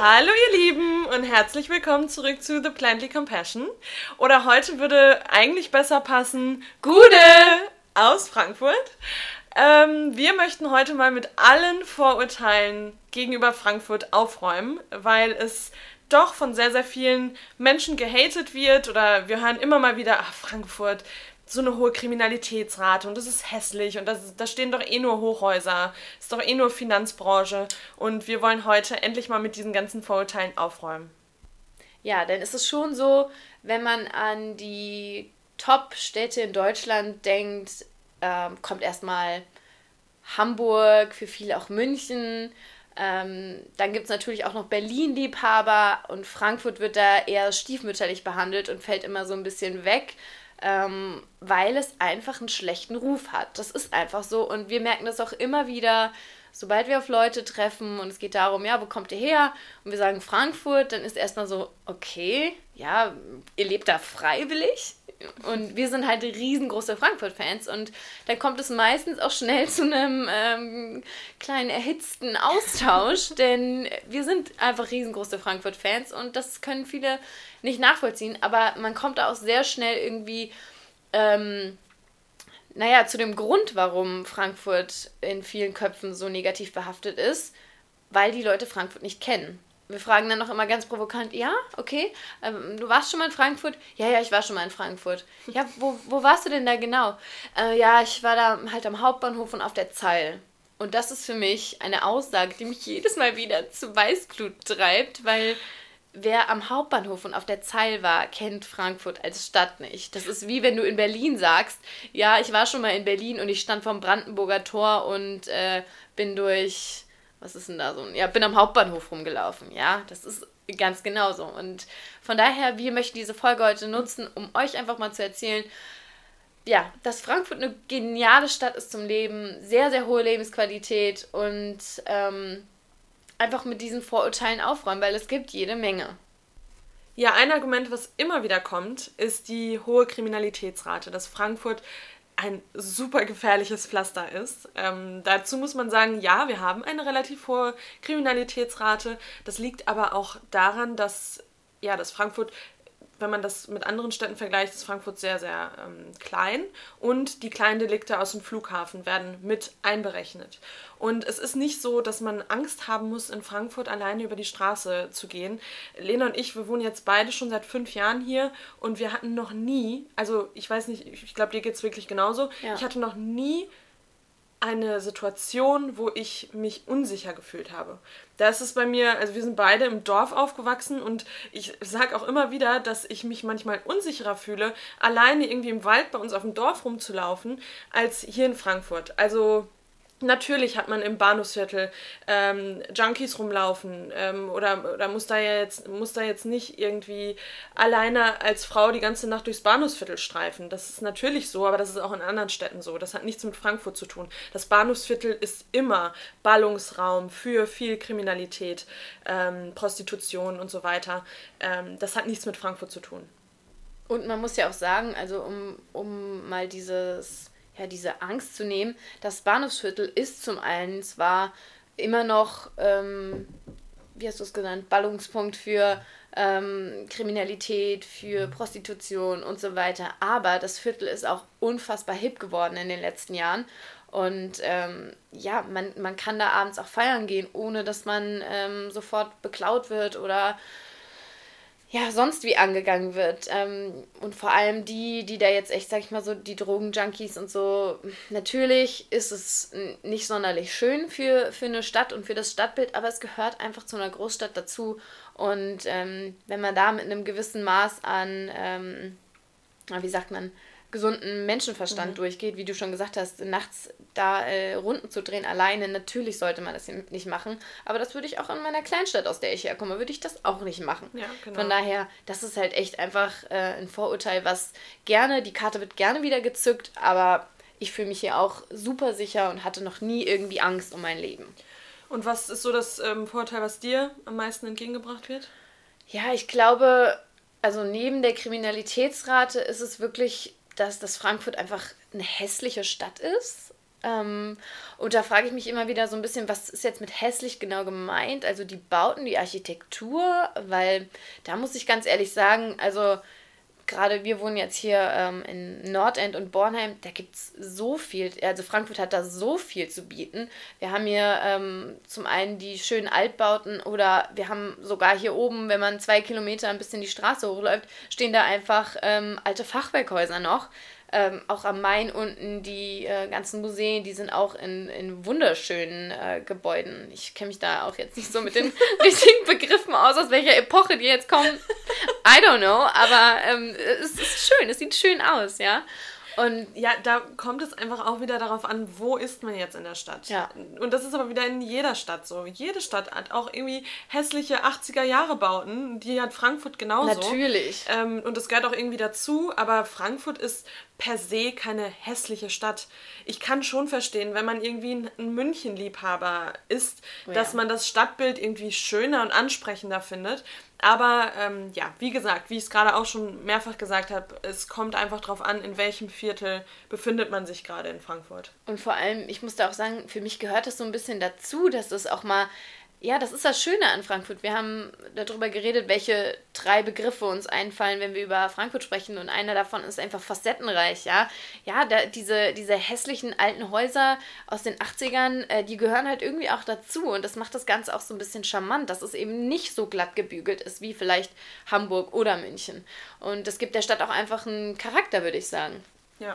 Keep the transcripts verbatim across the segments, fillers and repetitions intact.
Hallo ihr Lieben und herzlich willkommen zurück zu The Plantly Compassion. Oder heute würde eigentlich besser passen, Gude aus Frankfurt. Ähm, wir möchten heute mal mit allen Vorurteilen gegenüber Frankfurt aufräumen, weil es doch von sehr, sehr vielen Menschen gehatet wird oder wir hören immer mal wieder, ach, Frankfurt, so eine hohe Kriminalitätsrate und das ist hässlich und das, da stehen doch eh nur Hochhäuser, ist doch eh nur Finanzbranche und wir wollen heute endlich mal mit diesen ganzen Vorurteilen aufräumen. Ja, denn es ist schon so, wenn man an die Top-Städte in Deutschland denkt, ähm, kommt erstmal Hamburg, für viele auch München. Ähm, dann gibt es natürlich auch noch Berlin-Liebhaber und Frankfurt wird da eher stiefmütterlich behandelt und fällt immer so ein bisschen weg, ähm, weil es einfach einen schlechten Ruf hat. Das ist einfach so und wir merken das auch immer wieder, sobald wir auf Leute treffen und es geht darum, ja, wo kommt ihr her? Und wir sagen Frankfurt, dann ist erstmal so, okay, ja, ihr lebt da freiwillig? Und wir sind halt riesengroße Frankfurt-Fans und dann kommt es meistens auch schnell zu einem ähm, kleinen erhitzten Austausch, denn wir sind einfach riesengroße Frankfurt-Fans und das können viele nicht nachvollziehen, aber man kommt da auch sehr schnell irgendwie, ähm, naja, zu dem Grund, warum Frankfurt in vielen Köpfen so negativ behaftet ist, weil die Leute Frankfurt nicht kennen. Wir fragen dann noch immer ganz provokant, ja, okay, ähm, du warst schon mal in Frankfurt? Ja, ja, ich war schon mal in Frankfurt. Ja, wo, wo warst du denn da genau? Äh, ja, ich war da halt am Hauptbahnhof und auf der Zeil. Und das ist für mich eine Aussage, die mich jedes Mal wieder zu Weißglut treibt, weil wer am Hauptbahnhof und auf der Zeil war, kennt Frankfurt als Stadt nicht. Das ist wie wenn du in Berlin sagst, ja, ich war schon mal in Berlin und ich stand vorm Brandenburger Tor und äh, bin durch... Was ist denn da so? Ja, bin am Hauptbahnhof rumgelaufen. Ja, das ist ganz genauso. Und von daher, wir möchten diese Folge heute nutzen, um euch einfach mal zu erzählen, ja, dass Frankfurt eine geniale Stadt ist zum Leben, sehr, sehr hohe Lebensqualität und ähm, einfach mit diesen Vorurteilen aufräumen, weil es gibt jede Menge. Ja, ein Argument, was immer wieder kommt, ist die hohe Kriminalitätsrate, dass Frankfurt ein super gefährliches Pflaster ist. Ähm, dazu muss man sagen, ja, wir haben eine relativ hohe Kriminalitätsrate. Das liegt aber auch daran, dass, ja, dass Frankfurt, wenn man das mit anderen Städten vergleicht, ist Frankfurt sehr, sehr ähm, klein und die kleinen Delikte aus dem Flughafen werden mit einberechnet. Und es ist nicht so, dass man Angst haben muss, in Frankfurt alleine über die Straße zu gehen. Lena und ich, wir wohnen jetzt beide schon seit fünf Jahren hier und wir hatten noch nie, also ich weiß nicht, ich glaube, dir geht es wirklich genauso, Ja. ich hatte noch nie eine Situation, wo ich mich unsicher gefühlt habe. Da ist es bei mir, also wir sind beide im Dorf aufgewachsen und ich sage auch immer wieder, dass ich mich manchmal unsicherer fühle, alleine irgendwie im Wald bei uns auf dem Dorf rumzulaufen, als hier in Frankfurt. Also natürlich hat man im Bahnhofsviertel ähm, Junkies rumlaufen ähm, oder, oder muss, da ja jetzt, muss da jetzt nicht irgendwie alleine als Frau die ganze Nacht durchs Bahnhofsviertel streifen. Das ist natürlich so, aber das ist auch in anderen Städten so. Das hat nichts mit Frankfurt zu tun. Das Bahnhofsviertel ist immer Ballungsraum für viel Kriminalität, ähm, Prostitution und so weiter. Ähm, das hat nichts mit Frankfurt zu tun. Und man muss ja auch sagen, also um, um mal dieses... ja, diese Angst zu nehmen. Das Bahnhofsviertel ist zum einen zwar immer noch, ähm, wie hast du es genannt, Ballungspunkt für ähm, Kriminalität, für Prostitution und so weiter, aber das Viertel ist auch unfassbar hip geworden in den letzten Jahren. Und ähm, ja, man, man kann da abends auch feiern gehen, ohne dass man ähm, sofort beklaut wird oder ja, sonst wie angegangen wird. Ähm, und vor allem die, die da jetzt echt, sag ich mal so, die Drogenjunkies und so, natürlich ist es nicht sonderlich schön für, für eine Stadt und für das Stadtbild, aber es gehört einfach zu einer Großstadt dazu. Und ähm, wenn man da mit einem gewissen Maß an, ähm, wie sagt man, gesunden Menschenverstand mhm. durchgeht, wie du schon gesagt hast, nachts da äh, Runden zu drehen alleine, natürlich sollte man das nicht machen, aber das würde ich auch in meiner Kleinstadt, aus der ich herkomme, würde ich das auch nicht machen. Ja, genau. Von daher, das ist halt echt einfach äh, ein Vorurteil, was gerne, die Karte wird gerne wieder gezückt, aber ich fühle mich hier auch super sicher und hatte noch nie irgendwie Angst um mein Leben. Und was ist so das ähm, Vorurteil, was dir am meisten entgegengebracht wird? Ja, ich glaube, also neben der Kriminalitätsrate ist es wirklich, dass, dass Frankfurt einfach eine hässliche Stadt ist. Ähm, und da frage ich mich immer wieder so ein bisschen, was ist jetzt mit hässlich genau gemeint? Also die Bauten, die Architektur, weil da muss ich ganz ehrlich sagen, also gerade wir wohnen jetzt hier ähm, in Nordend und Bornheim, da gibt es so viel, also Frankfurt hat da so viel zu bieten. Wir haben hier ähm, zum einen die schönen Altbauten oder wir haben sogar hier oben, wenn man zwei Kilometer ein bisschen die Straße hochläuft, stehen da einfach ähm, alte Fachwerkhäuser noch. Ähm, auch am Main unten die äh, ganzen Museen, die sind auch in, in wunderschönen äh, Gebäuden. Ich kenne mich da auch jetzt nicht so mit den richtigen Begriffen aus, aus welcher Epoche die jetzt kommen. I don't know, aber ähm, es ist schön, es sieht schön aus, ja. Und ja, da kommt es einfach auch wieder darauf an, wo ist man jetzt in der Stadt. Ja. Und das ist aber wieder in jeder Stadt so. Jede Stadt hat auch irgendwie hässliche achtziger-Jahre-Bauten. Die hat Frankfurt genauso. Natürlich. Ähm, und das gehört auch irgendwie dazu. Aber Frankfurt ist per se keine hässliche Stadt. Ich kann schon verstehen, wenn man irgendwie ein München-Liebhaber ist, oh ja. dass man das Stadtbild irgendwie schöner und ansprechender findet. Aber ähm, ja, wie gesagt, wie ich es gerade auch schon mehrfach gesagt habe, es kommt einfach drauf an, in welchem Viertel befindet man sich gerade in Frankfurt. Und vor allem, ich muss da auch sagen, für mich gehört das so ein bisschen dazu, dass es auch mal, ja, das ist das Schöne an Frankfurt. Wir haben darüber geredet, welche drei Begriffe uns einfallen, wenn wir über Frankfurt sprechen. Und einer davon ist einfach facettenreich, ja. Ja, da, diese, diese hässlichen alten Häuser aus den achtzigern, äh, die gehören halt irgendwie auch dazu. Und das macht das Ganze auch so ein bisschen charmant, dass es eben nicht so glatt gebügelt ist, wie vielleicht Hamburg oder München. Und das gibt der Stadt auch einfach einen Charakter, würde ich sagen. Ja.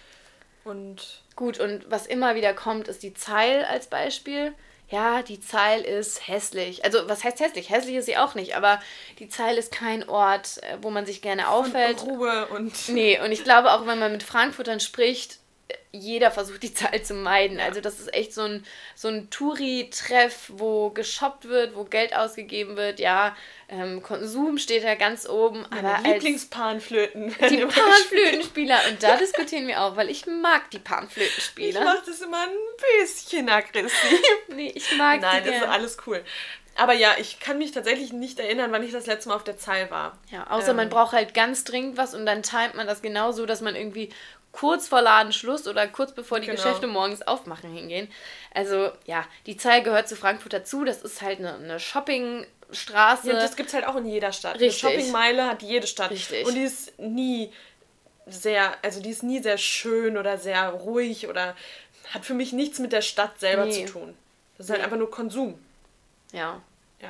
Und gut, und was immer wieder kommt, ist die Zeil als Beispiel. Ja, die Zeil ist hässlich. Also, was heißt hässlich? Hässlich ist sie auch nicht, aber die Zeil ist kein Ort, wo man sich gerne aufhält. Und Ruhe und... Nee, und ich glaube auch, wenn man mit Frankfurtern spricht, jeder versucht, die Zeil zu meiden. Ja. Also das ist echt so ein, so ein Touri-Treff, wo geshoppt wird, wo Geld ausgegeben wird. Ja, ähm, Konsum steht da ganz oben. Meine aber Lieblingspanflöten. Die Panflötenspieler. Und da diskutieren wir auch, weil ich mag die Panflötenspieler. Ich mach das immer ein bisschen aggressiv. Nee, ich mag Nein, die das ist alles cool. Aber ja, ich kann mich tatsächlich nicht erinnern, wann ich das letzte Mal auf der Zeil war. Ja, außer ähm. man braucht halt ganz dringend was und dann timet man das genau so, dass man irgendwie kurz vor Ladenschluss oder kurz bevor die genau. Geschäfte morgens aufmachen hingehen. Also ja, die Zeil gehört zu Frankfurt dazu. Das ist halt eine, eine Shoppingstraße. Ja, das gibt es halt auch in jeder Stadt. Richtig. Eine Shoppingmeile hat jede Stadt. Richtig. Und die ist nie sehr, also die ist nie sehr schön oder sehr ruhig oder hat für mich nichts mit der Stadt selber nee. zu tun. Das ist nee. halt einfach nur Konsum. Ja. Ja.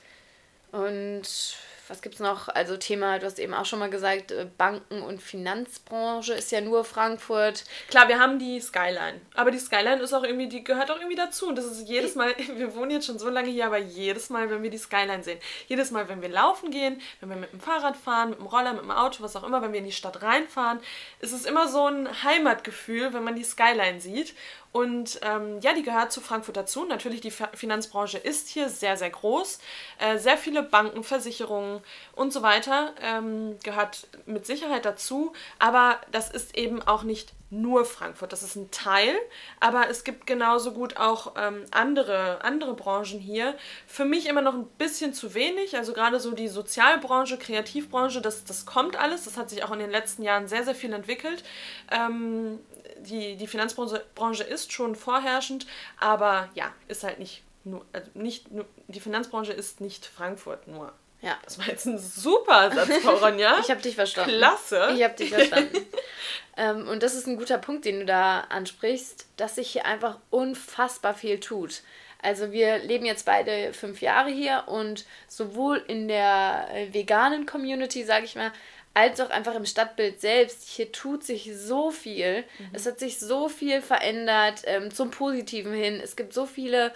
Und was gibt's noch? Also Thema, du hast eben auch schon mal gesagt, Banken- und Finanzbranche ist ja nur Frankfurt. Klar, wir haben die Skyline. Aber die Skyline ist auch irgendwie, die gehört auch irgendwie dazu. Und das ist jedes Mal, wir wohnen jetzt schon so lange hier, aber jedes Mal, wenn wir die Skyline sehen, jedes Mal, wenn wir laufen gehen, wenn wir mit dem Fahrrad fahren, mit dem Roller, mit dem Auto, was auch immer, wenn wir in die Stadt reinfahren, ist es immer so ein Heimatgefühl, wenn man die Skyline sieht. Und ähm, ja, die gehört zu Frankfurt dazu. Natürlich, die Finanzbranche ist hier sehr, sehr groß. Äh, sehr viele Banken, Versicherungen und so weiter ähm, gehört mit Sicherheit dazu. Aber das ist eben auch nicht nur Frankfurt. Das ist ein Teil, aber es gibt genauso gut auch ähm, andere, andere Branchen hier. Für mich immer noch ein bisschen zu wenig. Also gerade so die Sozialbranche, Kreativbranche, das, das kommt alles. Das hat sich auch in den letzten Jahren sehr, sehr viel entwickelt. Ähm, die, die Finanzbranche Branche ist schon vorherrschend, aber ja, ist halt nicht nur, also nicht nur, die Finanzbranche ist nicht Frankfurt nur. Ja. Das war jetzt ein super Satz, Ronja. Ich habe dich verstanden. Klasse. Ich habe dich verstanden. ähm, und das ist ein guter Punkt, den du da ansprichst, dass sich hier einfach unfassbar viel tut. Also wir leben jetzt beide fünf Jahre hier und sowohl in der veganen Community, sage ich mal, als auch einfach im Stadtbild selbst. Hier tut sich so viel. Mhm. Es hat sich so viel verändert ähm, zum Positiven hin. Es gibt so viele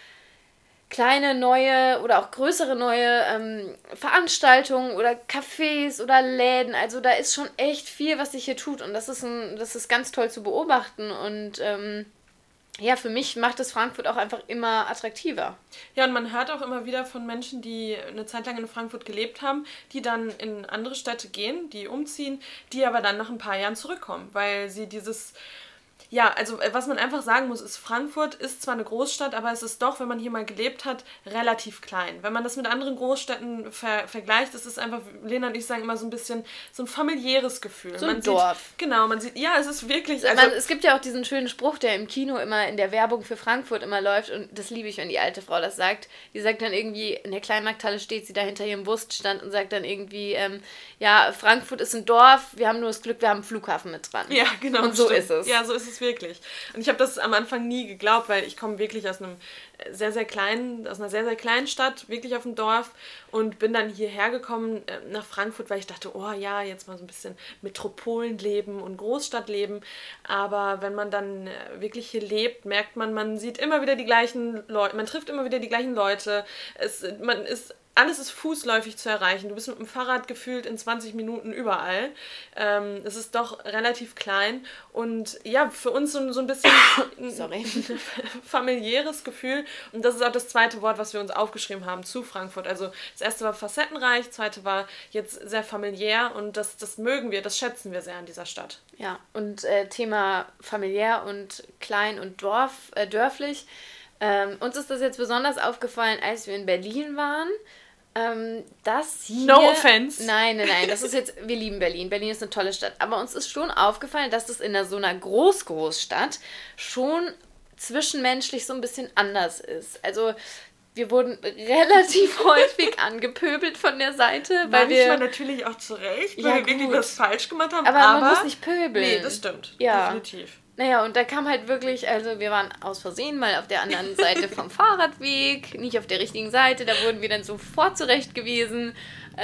kleine neue oder auch größere neue ähm, Veranstaltungen oder Cafés oder Läden. Also da ist schon echt viel, was sich hier tut. Und das ist, ein, das ist ganz toll zu beobachten. Und ähm, ja, für mich macht es Frankfurt auch einfach immer attraktiver. Ja, und man hört auch immer wieder von Menschen, die eine Zeit lang in Frankfurt gelebt haben, die dann in andere Städte gehen, die umziehen, die aber dann nach ein paar Jahren zurückkommen, weil sie dieses Ja, also was man einfach sagen muss, ist, Frankfurt ist zwar eine Großstadt, aber es ist doch, wenn man hier mal gelebt hat, relativ klein. Wenn man das mit anderen Großstädten ver- vergleicht, ist es einfach, Lena und ich sagen immer so ein bisschen so ein familiäres Gefühl. So ein man Dorf. Sieht, genau, man sieht, ja, es ist wirklich... Also, man, es gibt ja auch diesen schönen Spruch, der im Kino immer in der Werbung für Frankfurt immer läuft und das liebe ich, wenn die alte Frau das sagt. Die sagt dann irgendwie, in der Kleinmarkthalle steht sie da hinter ihrem Wurststand und sagt dann irgendwie, ähm, ja, Frankfurt ist ein Dorf, wir haben nur das Glück, wir haben einen Flughafen mit dran. Ja, genau. Und so stimmt. ist es. Ja, so ist es wirklich. Und ich habe das am Anfang nie geglaubt, weil ich komme wirklich aus einem sehr, sehr kleinen, aus einer sehr, sehr kleinen Stadt, wirklich auf dem Dorf und bin dann hierher gekommen äh, nach Frankfurt, weil ich dachte, oh ja, jetzt mal so ein bisschen Metropolenleben und Großstadtleben. Aber wenn man dann äh, wirklich hier lebt, merkt man, man sieht immer wieder die gleichen Leute, man trifft immer wieder die gleichen Leute. Es, man ist Alles ist fußläufig zu erreichen. Du bist mit dem Fahrrad gefühlt in zwanzig Minuten überall. Ähm, es ist doch relativ klein und ja, für uns so, so ein bisschen Sorry. familiäres Gefühl. Und das ist auch das zweite Wort, was wir uns aufgeschrieben haben zu Frankfurt. Also das erste war facettenreich, das zweite war jetzt sehr familiär und das, das mögen wir, das schätzen wir sehr an dieser Stadt. Ja, und äh, Thema familiär und klein und Dorf, äh, dörflich. Ähm, uns ist das jetzt besonders aufgefallen, als wir in Berlin waren. Ähm, das hier... No offense. Nein, nein, nein, das ist jetzt... Wir lieben Berlin. Berlin ist eine tolle Stadt. Aber uns ist schon aufgefallen, dass das in einer, so einer Groß-Großstadt schon zwischenmenschlich so ein bisschen anders ist. Also... Wir wurden relativ häufig angepöbelt von der Seite, weil Manchmal wir... natürlich auch zurecht, weil Ja, wir wirklich gut. was falsch gemacht haben. Aber, Aber man muss nicht pöbeln. Nee, das stimmt. Ja. Definitiv. Naja, und da kam halt wirklich, also wir waren aus Versehen mal auf der anderen Seite vom Fahrradweg, nicht auf der richtigen Seite, da wurden wir dann sofort zurechtgewiesen.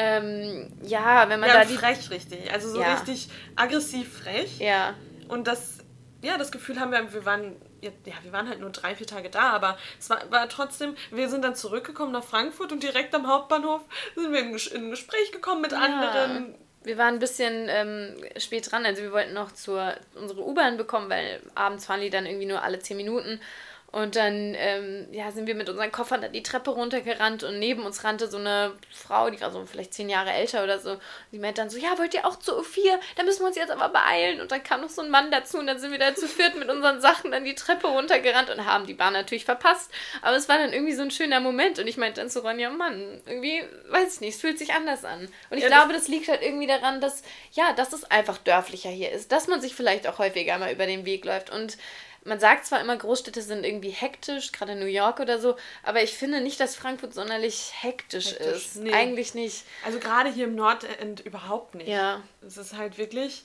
Ähm, ja, wenn man Ja, da und die... frech richtig, also so Ja. richtig aggressiv frech. Ja, Und das, ja, das Gefühl haben wir, wir waren, ja, wir waren halt nur drei, vier Tage da, aber es war, war trotzdem, wir sind dann zurückgekommen nach Frankfurt und direkt am Hauptbahnhof sind wir in, Ges- in ein Gespräch gekommen mit Ja. anderen. Wir waren ein bisschen ähm, spät dran, also wir wollten noch zur, unsere U-Bahn bekommen, weil abends fahren die dann irgendwie nur alle zehn Minuten. Und dann ähm, ja, sind wir mit unseren Koffern da die Treppe runtergerannt und neben uns rannte so eine Frau, die war so vielleicht zehn Jahre älter oder so. Und die meinte dann so, ja, wollt ihr auch zu U vier? Da müssen wir uns jetzt aber beeilen. Und dann kam noch so ein Mann dazu und dann sind wir da zu viert mit unseren Sachen dann die Treppe runtergerannt und haben die Bahn natürlich verpasst. Aber es war dann irgendwie so ein schöner Moment und ich meinte dann zu Ronja, Mann, irgendwie, weiß ich nicht, es fühlt sich anders an. Und ich Ja, glaube, das liegt halt irgendwie daran, dass, ja, dass es einfach dörflicher hier ist, dass man sich vielleicht auch häufiger mal über den Weg läuft und man sagt zwar immer, Großstädte sind irgendwie hektisch, gerade New York oder so, aber ich finde nicht, dass Frankfurt sonderlich hektisch, Hektisch, ist. nee. Eigentlich nicht. Also gerade hier im Nordend überhaupt nicht. Ja. Es ist halt wirklich,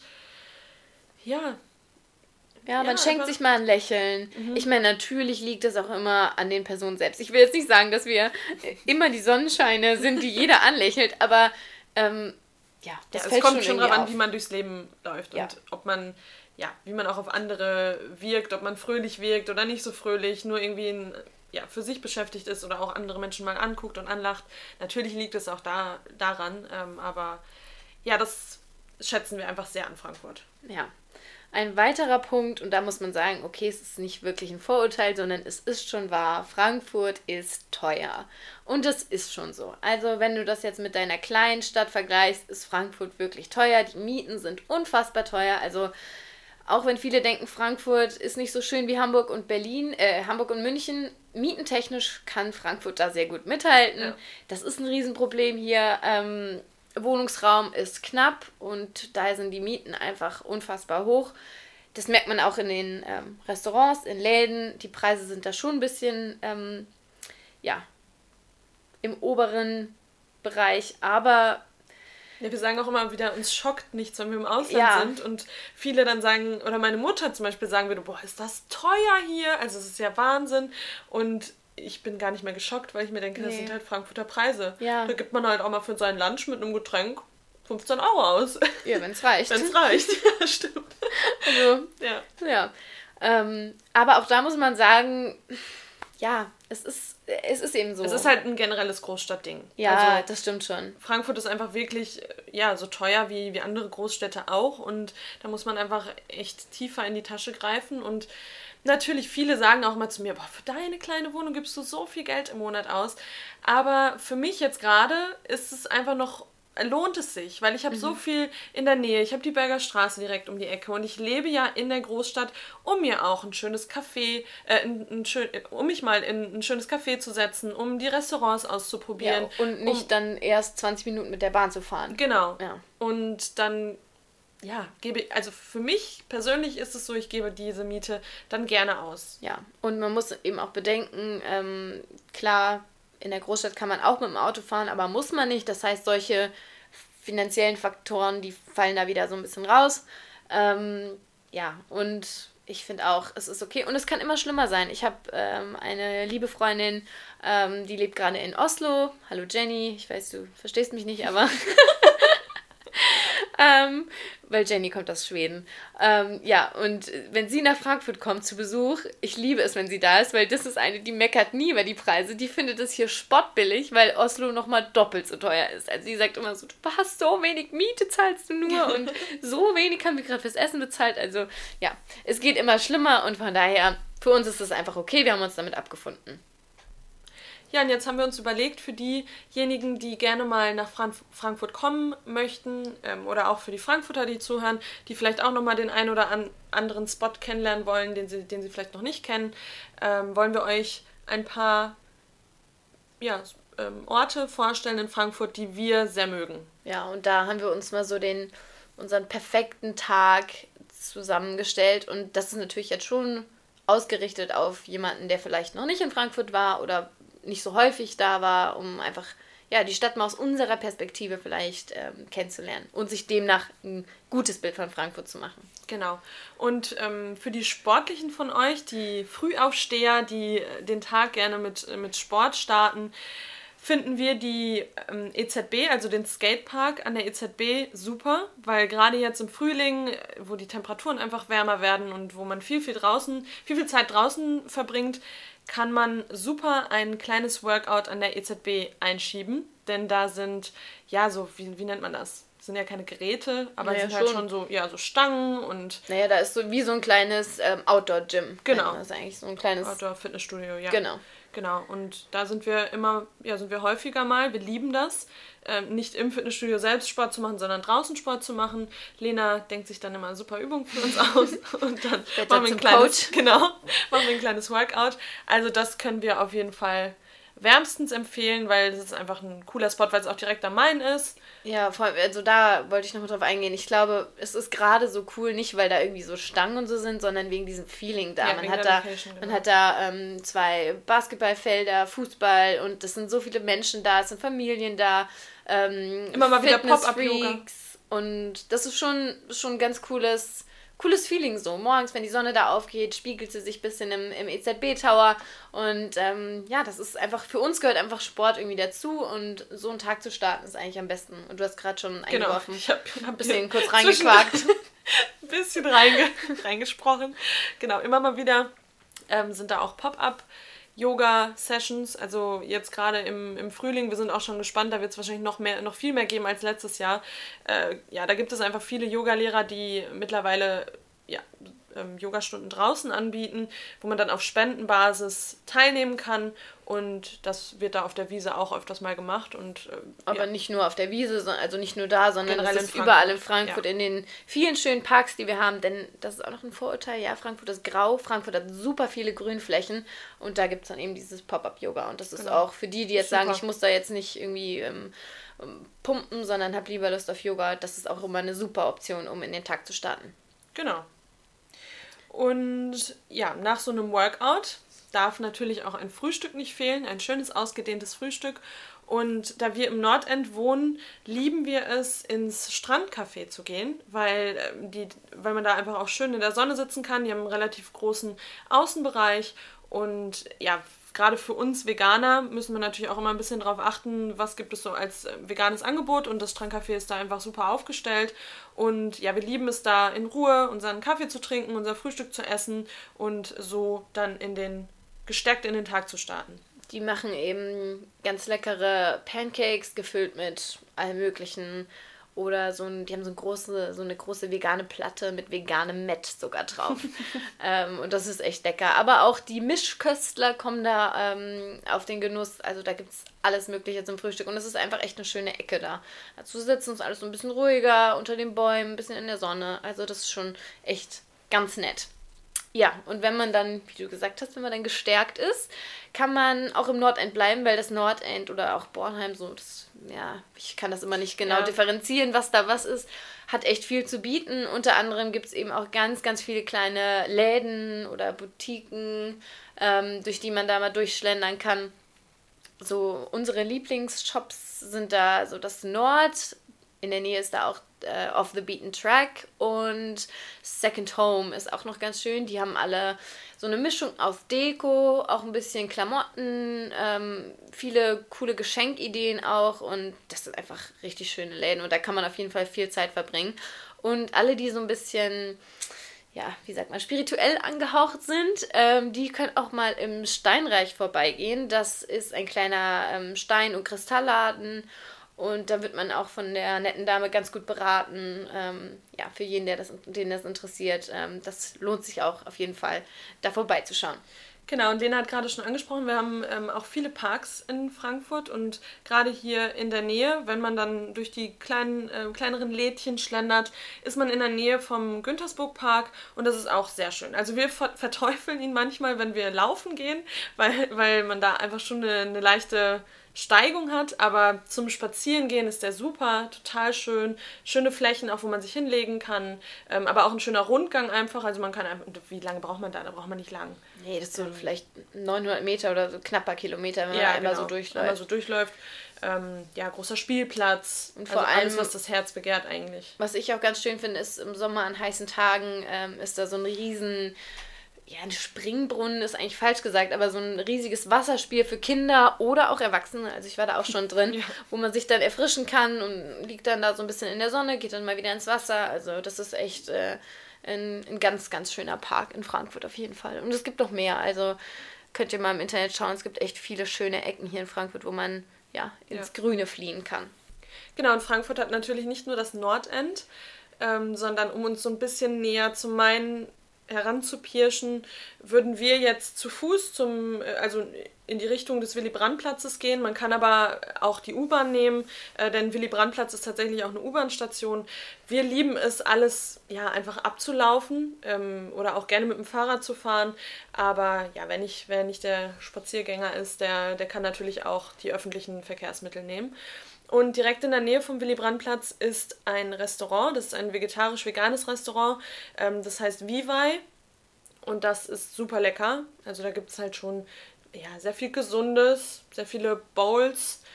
ja, Ja, man Ja, schenkt einfach- sich mal ein Lächeln. Ich meine, natürlich liegt es auch immer an den Personen selbst. Ich will jetzt nicht sagen, dass wir immer die Sonnenscheine sind, die jeder anlächelt, aber ähm, ja, das ja, fällt es kommt schon schon irgendwie drauf an, auf. wie man durchs Leben läuft Ja. und ob man, ja, wie man auch auf andere wirkt, ob man fröhlich wirkt oder nicht so fröhlich, nur irgendwie ein, ja, für sich beschäftigt ist oder auch andere Menschen mal anguckt und anlacht. Natürlich liegt es auch da, daran, ähm, aber ja, das schätzen wir einfach sehr an Frankfurt. Ja. Ein weiterer Punkt, und da muss man sagen, okay, es ist nicht wirklich ein Vorurteil, sondern es ist schon wahr, Frankfurt ist teuer. Und es ist schon so. Also wenn du das jetzt mit deiner kleinen Stadt vergleichst, ist Frankfurt wirklich teuer. Die Mieten sind unfassbar teuer. Also auch wenn viele denken, Frankfurt ist nicht so schön wie Hamburg und Berlin, äh, Hamburg und München, mietentechnisch kann Frankfurt da sehr gut mithalten. Ja. Das ist ein Riesenproblem hier. Ähm, Wohnungsraum ist knapp und daher sind die Mieten einfach unfassbar hoch. Das merkt man auch in den ähm, Restaurants, in Läden. Die Preise sind da schon ein bisschen, ähm, ja, im oberen Bereich, aber Ja, wir sagen auch immer wieder, uns schockt nichts, wenn wir im Ausland Ja. sind und viele dann sagen, oder meine Mutter zum Beispiel sagen würde, boah, ist das teuer hier, also es ist ja Wahnsinn und ich bin gar nicht mehr geschockt, weil ich mir denke, das Nee. sind halt Frankfurter Preise. Ja. Da gibt man halt auch mal für seinen Lunch mit einem Getränk fünfzehn Euro aus, ja, wenn es reicht. wenn es reicht. Ja, stimmt. Also, Ja. ja. Ähm, aber auch da muss man sagen, ja, es ist, es ist eben so. Es ist halt ein generelles Großstadtding. ja, Also das stimmt schon. Frankfurt ist einfach wirklich, ja, so teuer wie, wie andere Großstädte auch und da muss man einfach echt tiefer in die Tasche greifen und natürlich, viele sagen auch mal zu mir, boah, für deine kleine Wohnung gibst du so viel Geld im Monat aus, aber für mich jetzt gerade ist es einfach noch lohnt es sich, weil ich habe Mhm. so viel in der Nähe. Ich habe die Berger Straße direkt um die Ecke und ich lebe ja in der Großstadt, um mir auch ein schönes Café, äh, ein, ein schön, um mich mal in ein schönes Café zu setzen, um die Restaurants auszuprobieren. Ja, und nicht um, dann erst zwanzig Minuten mit der Bahn zu fahren. Genau. Ja. Und dann, ja, gebe also für mich persönlich ist es so, ich gebe diese Miete dann gerne aus. Ja, und man muss eben auch bedenken, ähm, klar, in der Großstadt kann man auch mit dem Auto fahren, aber muss man nicht. Das heißt, solche finanziellen Faktoren, die fallen da wieder so ein bisschen raus. Ähm, ja, und ich finde auch, es ist okay. Und es kann immer schlimmer sein. Ich habe ähm, eine liebe Freundin, ähm, die lebt gerade in Oslo. Hallo Jenny, ich weiß, du verstehst mich nicht, aber... Ähm, weil Jenny kommt aus Schweden. Ähm, ja, und wenn sie nach Frankfurt kommt zu Besuch, ich liebe es, wenn sie da ist, weil das ist eine, die meckert nie über die Preise. Die findet es hier spottbillig, weil Oslo nochmal doppelt so teuer ist. Also sie sagt immer so, du hast so wenig Miete, zahlst du nur und so wenig haben wir gerade fürs Essen bezahlt. Also ja, es geht immer schlimmer und von daher, für uns ist es einfach okay, wir haben uns damit abgefunden. Ja, und jetzt haben wir uns überlegt, für diejenigen, die gerne mal nach Frank- Frankfurt kommen möchten, ähm, oder auch für die Frankfurter, die zuhören, die vielleicht auch nochmal den einen oder an anderen Spot kennenlernen wollen, den sie, den sie vielleicht noch nicht kennen, ähm, wollen wir euch ein paar ja, ähm, Orte vorstellen in Frankfurt, die wir sehr mögen. Ja, und da haben wir uns mal so den unseren perfekten Tag zusammengestellt und das ist natürlich jetzt schon ausgerichtet auf jemanden, der vielleicht noch nicht in Frankfurt war oder nicht so häufig da war, um einfach ja, die Stadt mal aus unserer Perspektive vielleicht ähm, kennenzulernen und sich demnach ein gutes Bild von Frankfurt zu machen. Genau. Und ähm, für die Sportlichen von euch, die Frühaufsteher, die den Tag gerne mit, mit Sport starten, finden wir die ähm, E Z B, also den Skatepark an der E Z B, super, weil gerade jetzt im Frühling, wo die Temperaturen einfach wärmer werden und wo man viel, viel draußen, viel, viel Zeit draußen verbringt, kann man super ein kleines Workout an der E Z B einschieben, denn da sind, ja, so, wie, wie nennt man das? Das sind ja keine Geräte, aber es Naja, sind halt schon. schon so, ja, so Stangen und Naja, da ist so wie so ein kleines ähm, Outdoor-Gym. Genau. Das ist eigentlich so ein kleines... Outdoor-Fitnessstudio, ja. Genau. Genau, und da sind wir immer, ja, sind wir häufiger mal. Wir lieben das, ähm, nicht im Fitnessstudio selbst Sport zu machen, sondern draußen Sport zu machen. Lena denkt sich dann immer eine super Übung für uns aus und dann Wird machen dann wir ein zum kleines, Coach. genau, machen wir ein kleines Workout. Also das können wir auf jeden Fall wärmstens empfehlen, weil das ist einfach ein cooler Spot, weil es auch direkt am Main ist. Ja, vor allem, also da wollte ich noch mal drauf eingehen. Ich glaube, es ist gerade so cool, nicht weil da irgendwie so Stangen und so sind, sondern wegen diesem Feeling da. Ja, man, wegen hat der da Location, man genau. hat da ähm, zwei Basketballfelder, Fußball und es sind so viele Menschen da, es sind Familien da, ähm, Immer mal wieder Fitness-Freaks Pop-up-Yoga. und das ist schon, schon ein ganz cooles, cooles Feeling so. Morgens, wenn die Sonne da aufgeht, spiegelt sie sich ein bisschen im, im E Z B-Tower und ähm, ja, das ist einfach, für uns gehört einfach Sport irgendwie dazu und so einen Tag zu starten ist eigentlich am besten. Und du hast gerade schon Genau, eingeworfen. ich habe ein bisschen kurz reingequakt. ein bisschen reinge reingesprochen. Genau, immer mal wieder ähm, sind da auch Pop-up-Yoga-Sessions. Also jetzt gerade im, im Frühling, wir sind auch schon gespannt, da wird es wahrscheinlich noch mehr, noch viel mehr geben als letztes Jahr. Äh, ja, da gibt es einfach viele Yogalehrer, die mittlerweile ja, ähm, Yogastunden draußen anbieten, wo man dann auf Spendenbasis teilnehmen kann. Und das wird da auf der Wiese auch öfters mal gemacht. Und, äh, Aber ja. nicht nur auf der Wiese, so- also nicht nur da, sondern Generell es in ist Frankfurt. überall in Frankfurt, Ja. in den vielen schönen Parks, die wir haben. Denn das ist auch noch ein Vorurteil, ja, Frankfurt ist grau, Frankfurt hat super viele Grünflächen und da gibt es dann eben dieses Pop-Up-Yoga. Und das ist Genau. auch für die, die jetzt Super. sagen, ich muss da jetzt nicht irgendwie ähm, ähm, pumpen, sondern habe lieber Lust auf Yoga, das ist auch immer eine super Option, um in den Tag zu starten. Genau. Und ja, nach so einem Workout darf natürlich auch ein Frühstück nicht fehlen, ein schönes, ausgedehntes Frühstück. Und da wir im Nordend wohnen, lieben wir es, ins Strandcafé zu gehen, weil, ähm, die, weil man da einfach auch schön in der Sonne sitzen kann. Die haben einen relativ großen Außenbereich und ja, gerade für uns Veganer müssen wir natürlich auch immer ein bisschen darauf achten, was gibt es so als äh, veganes Angebot und das Strandcafé ist da einfach super aufgestellt und ja, wir lieben es da in Ruhe unseren Kaffee zu trinken, unser Frühstück zu essen und so dann in den gestärkt in den Tag zu starten. Die machen eben ganz leckere Pancakes, gefüllt mit allem Möglichen. oder so ein, die haben so, ein große, so eine große vegane Platte mit veganem Mett sogar drauf. ähm, und das ist echt lecker. Aber auch die Mischköstler kommen da ähm, auf den Genuss. Also da gibt es alles Mögliche zum Frühstück. Und es ist einfach echt eine schöne Ecke da. Dazu sitzen ist alles so ein bisschen ruhiger, unter den Bäumen, ein bisschen in der Sonne. Also das ist schon echt ganz nett. Ja, und wenn man dann, wie du gesagt hast, wenn man dann gestärkt ist, kann man auch im Nordend bleiben, weil das Nordend oder auch Bornheim so, das, ja, ich kann das immer nicht genau ja. differenzieren, was da was ist, hat echt viel zu bieten. Unter anderem gibt es eben auch ganz, ganz viele kleine Läden oder Boutiquen, ähm, durch die man da mal durchschlendern kann. So, unsere Lieblingsshops sind da so das Nord. In der Nähe ist da auch äh, Off the Beaten Track und Second Home ist auch noch ganz schön. Die haben alle so eine Mischung aus Deko, auch ein bisschen Klamotten, ähm, viele coole Geschenkideen auch und das sind einfach richtig schöne Läden und da kann man auf jeden Fall viel Zeit verbringen. Und alle, die so ein bisschen, ja, wie sagt man, spirituell angehaucht sind, ähm, die können auch mal im Steinreich vorbeigehen. Das ist ein kleiner ähm, Stein- und Kristallladen. Und da wird man auch von der netten Dame ganz gut beraten. Ähm, ja, für jeden, der das, den das interessiert. Ähm, das lohnt sich auch auf jeden Fall, da vorbeizuschauen. Genau, und Lena hat gerade schon angesprochen, wir haben ähm, auch viele Parks in Frankfurt und gerade hier in der Nähe, wenn man dann durch die kleinen, äh, kleineren Lädchen schlendert, ist man in der Nähe vom Güntersburg-Park und das ist auch sehr schön. Also wir ver- verteufeln ihn manchmal, wenn wir laufen gehen, weil, weil man da einfach schon eine, eine leichte Steigung hat, aber zum Spazierengehen ist der super, total schön, schöne Flächen, auch wo man sich hinlegen kann, ähm, aber auch ein schöner Rundgang einfach, also man kann einfach, wie lange braucht man da? Da braucht man nicht lang. Nee, das ist so ähm, vielleicht neunhundert Meter oder so knapper Kilometer, wenn ja, man einmal genau, so durchläuft. Einmal so durchläuft. Ähm, ja, großer Spielplatz, und vor also allem, alles, was das Herz begehrt eigentlich. Was ich auch ganz schön finde, ist im Sommer an heißen Tagen ähm, ist da so ein riesen... Ja, ein Springbrunnen ist eigentlich falsch gesagt, aber so ein riesiges Wasserspiel für Kinder oder auch Erwachsene, also ich war da auch schon drin, ja. wo man sich dann erfrischen kann und liegt dann da so ein bisschen in der Sonne, geht dann mal wieder ins Wasser, also das ist echt äh, ein, ein ganz, ganz schöner Park in Frankfurt auf jeden Fall. Und es gibt noch mehr, also könnt ihr mal im Internet schauen, es gibt echt viele schöne Ecken hier in Frankfurt, wo man ja ins ja. Grüne fliehen kann. Genau, und Frankfurt hat natürlich nicht nur das Nordend, ähm, sondern um uns so ein bisschen näher zu Main heranzupirschen, würden wir jetzt zu Fuß zum, also in die Richtung des Willy-Brandt-Platzes gehen. Man kann aber auch die U-Bahn nehmen, äh, denn Willy-Brandt-Platz ist tatsächlich auch eine U-Bahn-Station. Wir lieben es, alles ja einfach abzulaufen ähm, oder auch gerne mit dem Fahrrad zu fahren. Aber ja, wenn nicht, wer nicht der Spaziergänger ist, der, der kann natürlich auch die öffentlichen Verkehrsmittel nehmen. Und direkt in der Nähe vom Willy-Brandt-Platz ist ein Restaurant, das ist ein vegetarisch-veganes Restaurant, ähm, das heißt Vivai und das ist super lecker. Also da gibt es halt schon ja, sehr viel Gesundes, sehr viele Bowls,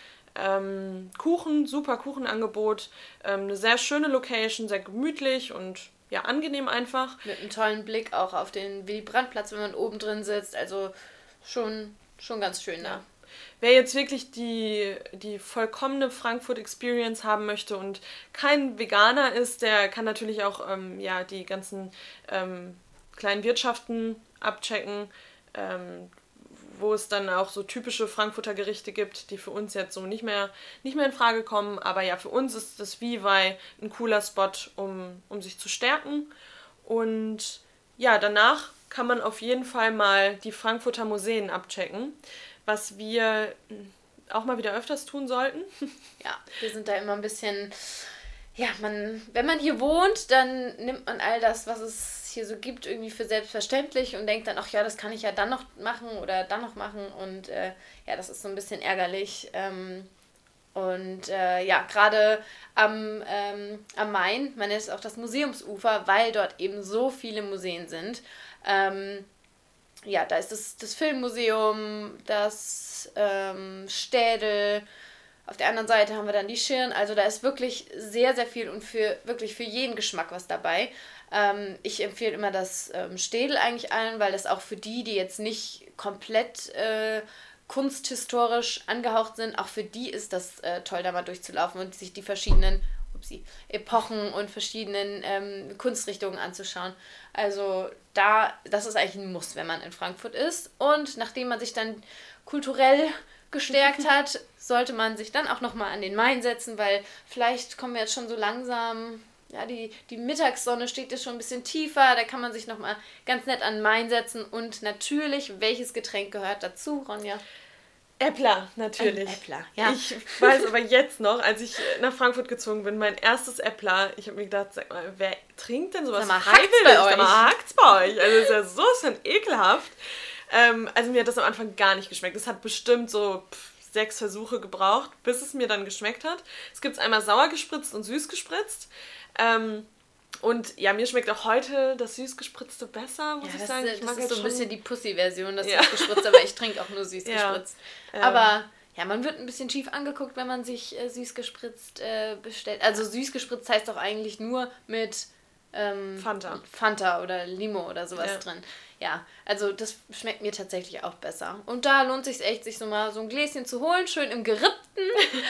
ähm, Kuchen, super Kuchenangebot, ähm, eine sehr schöne Location, sehr gemütlich und ja, angenehm einfach. Mit einem tollen Blick auch auf den Willy-Brandt-Platz, wenn man oben drin sitzt, also schon, schon ganz schön da. Ja. Wer jetzt wirklich die, die vollkommene Frankfurt-Experience haben möchte und kein Veganer ist, der kann natürlich auch ähm, ja, die ganzen ähm, kleinen Wirtschaften abchecken, ähm, wo es dann auch so typische Frankfurter Gerichte gibt, die für uns jetzt so nicht mehr, nicht mehr in Frage kommen. Aber ja, für uns ist das Vivai ein cooler Spot, um, um sich zu stärken. Und ja, danach kann man auf jeden Fall mal die Frankfurter Museen abchecken, was wir auch mal wieder öfters tun sollten. Ja, wir sind da immer ein bisschen, ja, man, wenn man hier wohnt, dann nimmt man all das, was es hier so gibt, irgendwie für selbstverständlich und denkt dann, ach ja, das kann ich ja dann noch machen oder dann noch machen und äh, ja, das ist so ein bisschen ärgerlich. Ähm, und äh, ja, gerade am, ähm, am Main, man nennt es auch das Museumsufer, weil dort eben so viele Museen sind. Ähm, Ja, da ist das, das Filmmuseum, das ähm, Städel, auf der anderen Seite haben wir dann die Schirn, also da ist wirklich sehr, sehr viel und für wirklich für jeden Geschmack was dabei. Ähm, ich empfehle immer das ähm, Städel eigentlich allen, weil das auch für die, die jetzt nicht komplett äh, kunsthistorisch angehaucht sind, auch für die ist das äh, toll, da mal durchzulaufen und sich die verschiedenen upsie, Epochen und verschiedenen ähm, Kunstrichtungen anzuschauen. Also da, das ist eigentlich ein Muss, wenn man in Frankfurt ist. Und nachdem man sich dann kulturell gestärkt hat, sollte man sich dann auch nochmal an den Main setzen, weil vielleicht kommen wir jetzt schon so langsam, ja, die, die Mittagssonne steht jetzt schon ein bisschen tiefer, da kann man sich nochmal ganz nett an den Main setzen und natürlich, welches Getränk gehört dazu, Ronja? Äppler, natürlich. Ein Äppler, ja. Ich weiß aber jetzt noch, als ich nach Frankfurt gezogen bin, mein erstes Äppler, ich habe mir gedacht, sag mal, wer trinkt denn sowas Sag mal, freiwillig? hackt's bei euch? Sag mal, hackt's bei euch? Also das ist ja so ist dann ekelhaft. Ähm, also mir hat das am Anfang gar nicht geschmeckt. Das hat bestimmt so pff, sechs Versuche gebraucht, bis es mir dann geschmeckt hat. Es gibt einmal sauer gespritzt und süß gespritzt. Ähm, Und ja, mir schmeckt auch heute das süß-gespritzte besser, muss ja, ich das sagen. Ist, ich das mag ist so ein schon... bisschen die Pussy-Version, das ja. süß-gespritzt, aber ich trinke auch nur süß ja. gespritzt. Ähm. Aber ja, man wird ein bisschen schief angeguckt, wenn man sich äh, süß-gespritzt äh, bestellt. Also süß-gespritzt heißt doch eigentlich nur mit ähm, Fanta. Fanta oder Limo oder sowas ja. drin. Ja, also das schmeckt mir tatsächlich auch besser. Und da lohnt es sich echt, sich so mal so ein Gläschen zu holen, schön im Gerippten.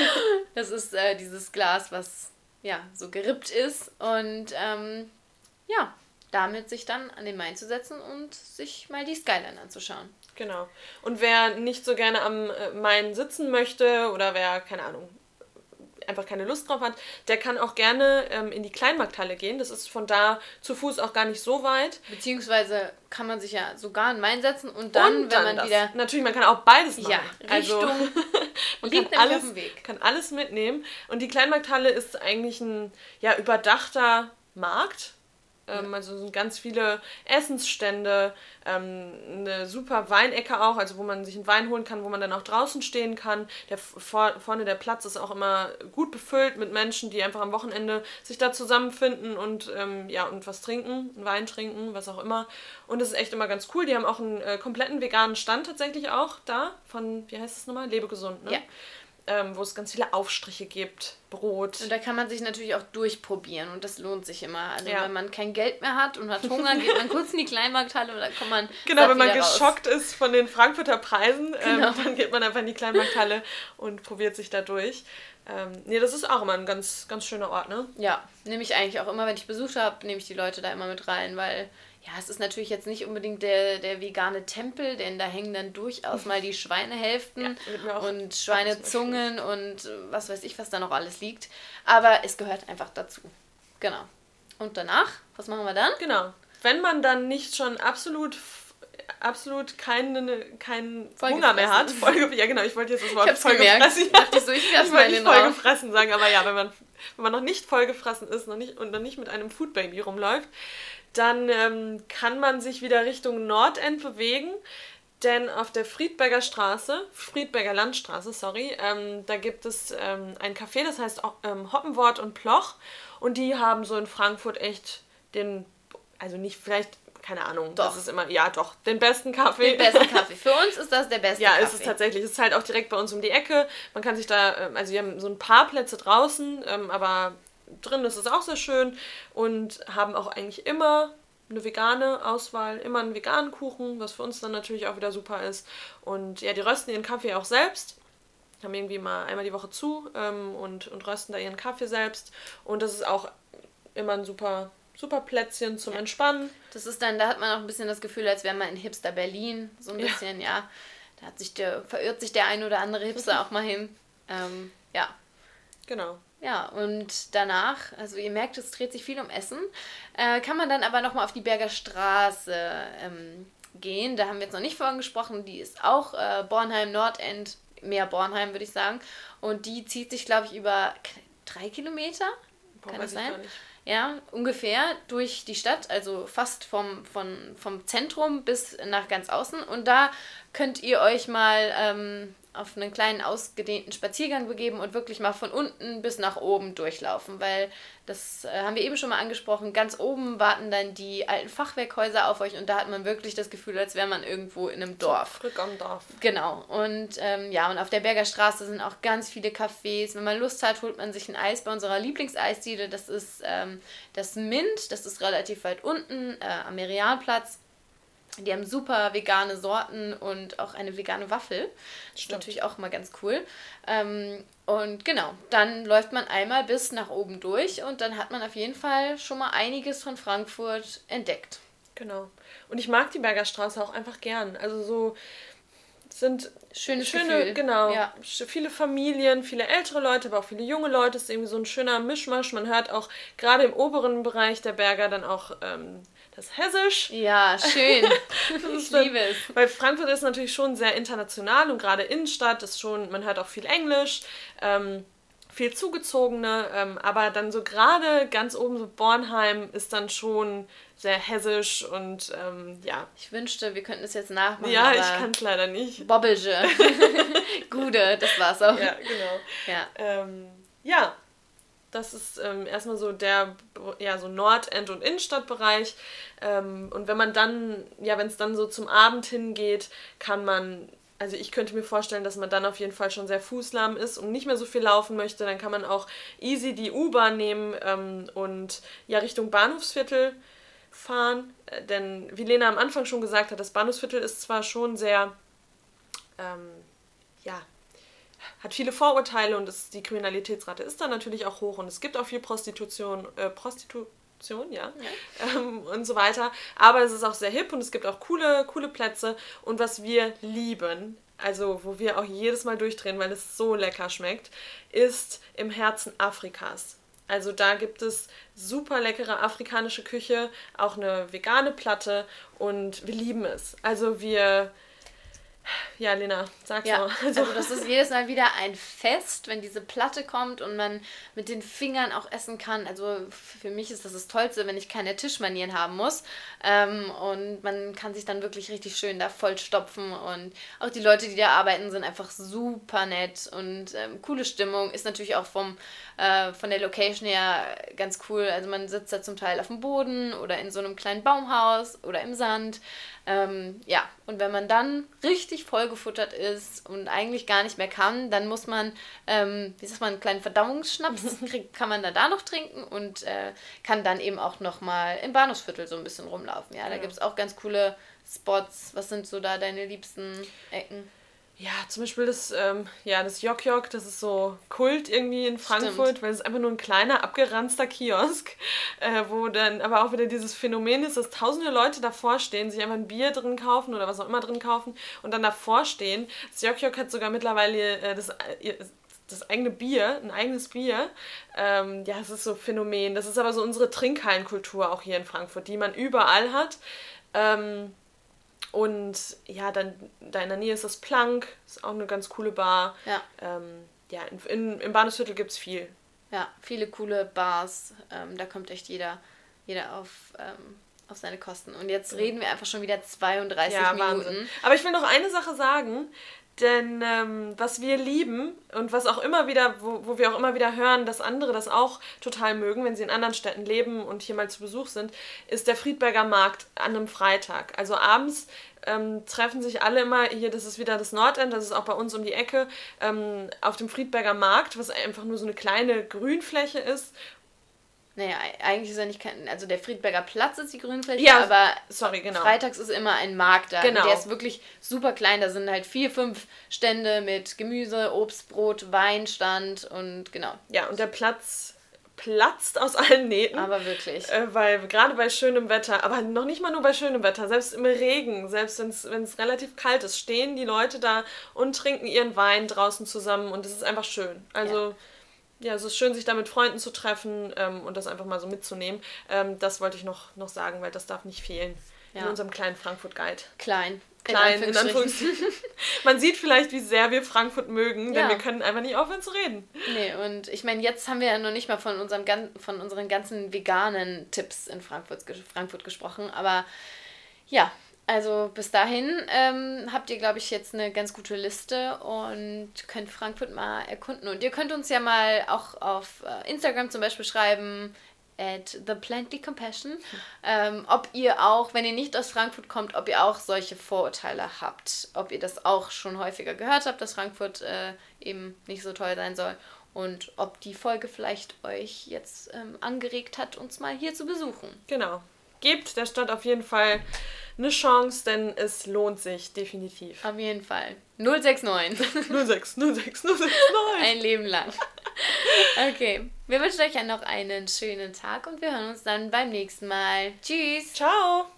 Das ist äh, dieses Glas, was ja so gerippt ist. Und ähm, ja, damit sich dann an den Main zu setzen und sich mal die Skyline anzuschauen. Genau. Und wer nicht so gerne am Main sitzen möchte oder wer, keine Ahnung, einfach keine Lust drauf hat, der kann auch gerne ähm, in die Kleinmarkthalle gehen. Das ist von da zu Fuß auch gar nicht so weit. Beziehungsweise kann man sich ja sogar an den Main setzen und dann, und dann wenn man das. wieder... Natürlich, man kann auch beides machen. Ja, Richtung... Also, man liegt kann alles, auf dem Weg. kann alles mitnehmen. Und die Kleinmarkthalle ist eigentlich ein ja, überdachter Markt. Ähm, also sind ganz viele Essensstände, ähm, eine super Weinecke auch, also wo man sich einen Wein holen kann, wo man dann auch draußen stehen kann. Der vor, vorne der Platz ist auch immer gut befüllt mit Menschen, die einfach am Wochenende sich da zusammenfinden und ähm, ja und was trinken, einen Wein trinken, was auch immer. Und das ist echt immer ganz cool. Die haben auch einen äh, kompletten veganen Stand tatsächlich auch da von, wie heißt das nochmal? Lebegesund, ne? Ja. Ähm, wo es ganz viele Aufstriche gibt, Brot. Und da kann man sich natürlich auch durchprobieren und das lohnt sich immer. Also ja. wenn man kein Geld mehr hat und hat Hunger, geht man kurz in die Kleinmarkthalle und dann kommt man Genau, wenn man raus. geschockt ist von den Frankfurter Preisen, genau. ähm, dann geht man einfach in die Kleinmarkthalle und probiert sich da durch. Ähm, nee, das ist auch immer ein ganz, ganz schöner Ort, ne? Ja, nehme ich eigentlich auch immer, wenn ich Besuch habe, nehme ich die Leute da immer mit rein, weil ja, es ist natürlich jetzt nicht unbedingt der, der vegane Tempel, denn da hängen dann durchaus mal die Schweinehälften ja, und Schweinezungen und was weiß ich, was da noch alles liegt. Aber es gehört einfach dazu. Genau. Und danach, was machen wir dann? Genau. Wenn man dann nicht schon absolut absolut keinen keinen Hunger mehr hat. Voll, ja genau, ich wollte jetzt das Wort vollgefressen. Ich dachte so, ich ich wollte nicht vollgefressen sagen, aber ja, wenn man, wenn man noch nicht vollgefressen ist noch nicht, und noch nicht mit einem Food Baby rumläuft, dann ähm, kann man sich wieder Richtung Nordend bewegen, denn auf der Friedberger Straße, Friedberger Landstraße, sorry, ähm, da gibt es ähm, ein Café, das heißt ähm, Hoppenwort und Ploch, und die haben so in Frankfurt echt den, also nicht vielleicht, keine Ahnung, doch. Das ist immer, ja doch, den besten Kaffee. Den besten Kaffee. Für uns ist das der beste ja, Kaffee. Ja, ist es tatsächlich. Es ist halt auch direkt bei uns um die Ecke. Man kann sich da, also wir haben so ein paar Plätze draußen, ähm, aber drin ist es auch sehr schön und haben auch eigentlich immer eine vegane Auswahl, immer einen veganen Kuchen, was für uns dann natürlich auch wieder super ist. Und ja, die rösten ihren Kaffee auch selbst, haben irgendwie mal einmal die Woche zu ähm, und, und rösten da ihren Kaffee selbst. Und das ist auch immer ein super, super Plätzchen zum ja. Entspannen. Das ist dann, da hat man auch ein bisschen das Gefühl, als wäre man in Hipster Berlin, so ein bisschen, ja. ja da hat sich der, verirrt sich der ein oder andere Hipster auch mal hin. Ähm, ja. Genau. Ja, und danach, also ihr merkt, es dreht sich viel um Essen, äh, kann man dann aber nochmal auf die Berger Straße ähm, gehen. Da haben wir jetzt noch nicht vorhin gesprochen. Die ist auch äh, Bornheim, Nordend, mehr Bornheim, würde ich sagen. Und die zieht sich, glaube ich, über drei Kilometer. Boah, kann das weiß ich sein? gar nicht. Ja, ungefähr durch die Stadt, also fast vom, von, vom Zentrum bis nach ganz außen. Und da könnt ihr euch mal ähm, auf einen kleinen ausgedehnten Spaziergang begeben und wirklich mal von unten bis nach oben durchlaufen, weil das äh, haben wir eben schon mal angesprochen, ganz oben warten dann die alten Fachwerkhäuser auf euch und da hat man wirklich das Gefühl, als wäre man irgendwo in einem Dorf. So frick am Dorf. Genau. Und ähm, ja, und auf der Berger Straße sind auch ganz viele Cafés. Wenn man Lust hat, holt man sich ein Eis bei unserer Lieblingseisdiele. Das ist ähm, das Mint, das ist relativ weit unten äh, am Merianplatz. Die haben super vegane Sorten und auch eine vegane Waffel. Das ist natürlich auch mal ganz cool. Ähm, und genau, dann läuft man einmal bis nach oben durch und dann hat man auf jeden Fall schon mal einiges von Frankfurt entdeckt. Genau. Und ich mag die Berger Straße auch einfach gern. Also so, sind Schönes schöne, Gefühl. genau, Ja. viele Familien, viele ältere Leute, aber auch viele junge Leute. Es ist irgendwie so ein schöner Mischmasch. Man hört auch gerade im oberen Bereich der Berge dann auch ähm, das Hessisch. Ja, schön. Ich dann, liebe es. Weil Frankfurt ist natürlich schon sehr international und gerade Innenstadt ist schon, man hört auch viel Englisch, ähm, viel Zugezogene, ähm, aber dann so gerade ganz oben so Bornheim ist dann schon sehr hessisch und ähm, ja. Ich wünschte, wir könnten es jetzt nachmachen. Ja, aber ich kann es leider nicht. Bobbelge. Gude, das war's auch. Ja, genau. Ja. Ähm, ja, das ist ähm, erstmal so der ja, so Nordend- und Innenstadtbereich. Ähm, und wenn man dann, ja, wenn es dann so zum Abend hingeht, kann man, also ich könnte mir vorstellen, dass man dann auf jeden Fall schon sehr fußlahm ist und nicht mehr so viel laufen möchte. Dann kann man auch easy die U-Bahn nehmen ähm, und ja Richtung Bahnhofsviertel fahren. Äh, denn wie Lena am Anfang schon gesagt hat, das Bahnhofsviertel ist zwar schon sehr, ähm, ja, hat viele Vorurteile und es, die Kriminalitätsrate ist dann natürlich auch hoch und es gibt auch viel Prostitution, äh, Prostitution, ja, ja. Ähm, und so weiter. Aber es ist auch sehr hip und es gibt auch coole, coole Plätze und was wir lieben, also wo wir auch jedes Mal durchdrehen, weil es so lecker schmeckt, ist im Herzen Afrikas. Also da gibt es super leckere afrikanische Küche, auch eine vegane Platte und wir lieben es. Also wir... Ja, Lena, sag's ja, mal. Also, also das ist jedes Mal wieder ein Fest, wenn diese Platte kommt und man mit den Fingern auch essen kann. Also für mich ist das das Tollste, wenn ich keine Tischmanieren haben muss. Ähm, und man kann sich dann wirklich richtig schön da vollstopfen. Und auch die Leute, die da arbeiten, sind einfach super nett und ähm, coole Stimmung. Ist natürlich auch vom, äh, von der Location her ganz cool. Also man sitzt da zum Teil auf dem Boden oder in so einem kleinen Baumhaus oder im Sand. Ähm, ja, und wenn man dann richtig vollgefuttert ist und eigentlich gar nicht mehr kann, dann muss man, ähm, wie sagt man, einen kleinen Verdauungsschnaps krieg, kann man da, da noch trinken und äh, kann dann eben auch nochmal im Bahnhofsviertel so ein bisschen rumlaufen. Ja, da Ja. gibt es auch ganz coole Spots. Was sind so da deine liebsten Ecken? Ja, zum Beispiel das, ähm, ja, das Jok Jok, das ist so Kult irgendwie in Frankfurt, Stimmt. Weil es einfach nur ein kleiner, abgeranzter Kiosk, äh, wo dann aber auch wieder dieses Phänomen ist, dass tausende Leute davor stehen, sich einfach ein Bier drin kaufen oder was auch immer drin kaufen und dann davor stehen. Das Jok Jok hat sogar mittlerweile äh, das, äh, das eigene Bier, ein eigenes Bier. Ähm, ja, es ist so ein Phänomen. Das ist aber so unsere Trinkhallenkultur auch hier in Frankfurt, die man überall hat. Ähm, Und ja, dann da in der Nähe ist das Plank, ist auch eine ganz coole Bar. Ja, ähm, ja in, in, im Bahnhofsviertel gibt es viel. Ja, viele coole Bars. Ähm, da kommt echt jeder, jeder auf, ähm, auf seine Kosten. Und jetzt ja. reden wir einfach schon wieder zweiunddreißig ja, Minuten. Wahnsinn. Aber ich will noch eine Sache sagen. Denn ähm, was wir lieben und was auch immer wieder, wo, wo wir auch immer wieder hören, dass andere das auch total mögen, wenn sie in anderen Städten leben und hier mal zu Besuch sind, ist der Friedberger Markt an einem Freitag. Also abends ähm, treffen sich alle immer, hier, das ist wieder das Nordend, das ist auch bei uns um die Ecke, ähm, auf dem Friedberger Markt, was einfach nur so eine kleine Grünfläche ist. Naja, eigentlich ist er nicht kein, also der Friedberger Platz ist die Grünfläche, ja, aber sorry, genau. freitags ist immer ein Markt da. Genau. Der ist wirklich super klein, da sind halt vier, fünf Stände mit Gemüse, Obst, Brot, Weinstand und genau. Ja, und der Platz platzt aus allen Nähten. Aber wirklich. Äh, weil gerade bei schönem Wetter, aber noch nicht mal nur bei schönem Wetter, selbst im Regen, selbst wenn es relativ kalt ist, stehen die Leute da und trinken ihren Wein draußen zusammen und es ist einfach schön. Also... Ja. Ja, es ist schön, sich da mit Freunden zu treffen ähm, und das einfach mal so mitzunehmen. Ähm, das wollte ich noch, noch sagen, weil das darf nicht fehlen ja. in unserem kleinen Frankfurt-Guide. Klein. Klein, in Anführungsstrichen. Man sieht vielleicht, wie sehr wir Frankfurt mögen, denn ja. wir können einfach nicht aufhören zu reden. Nee, und ich meine, jetzt haben wir ja noch nicht mal von, unserem, von unseren ganzen veganen Tipps in Frankfurt, Frankfurt gesprochen, aber ja, also bis dahin ähm, habt ihr, glaube ich, jetzt eine ganz gute Liste und könnt Frankfurt mal erkunden. Und ihr könnt uns ja mal auch auf äh, Instagram zum Beispiel schreiben, at the plenty compassion, ähm, ob ihr auch, wenn ihr nicht aus Frankfurt kommt, ob ihr auch solche Vorurteile habt. Ob ihr das auch schon häufiger gehört habt, dass Frankfurt äh, eben nicht so toll sein soll. Und ob die Folge vielleicht euch jetzt ähm, angeregt hat, uns mal hier zu besuchen. Genau. Gebt der Stadt auf jeden Fall eine Chance, denn es lohnt sich definitiv. Auf jeden Fall. null sechs neun. null sechs, null sechs, null sechs neun. Ein Leben lang. Okay. Wir wünschen euch ja noch einen schönen Tag und wir hören uns dann beim nächsten Mal. Tschüss. Ciao.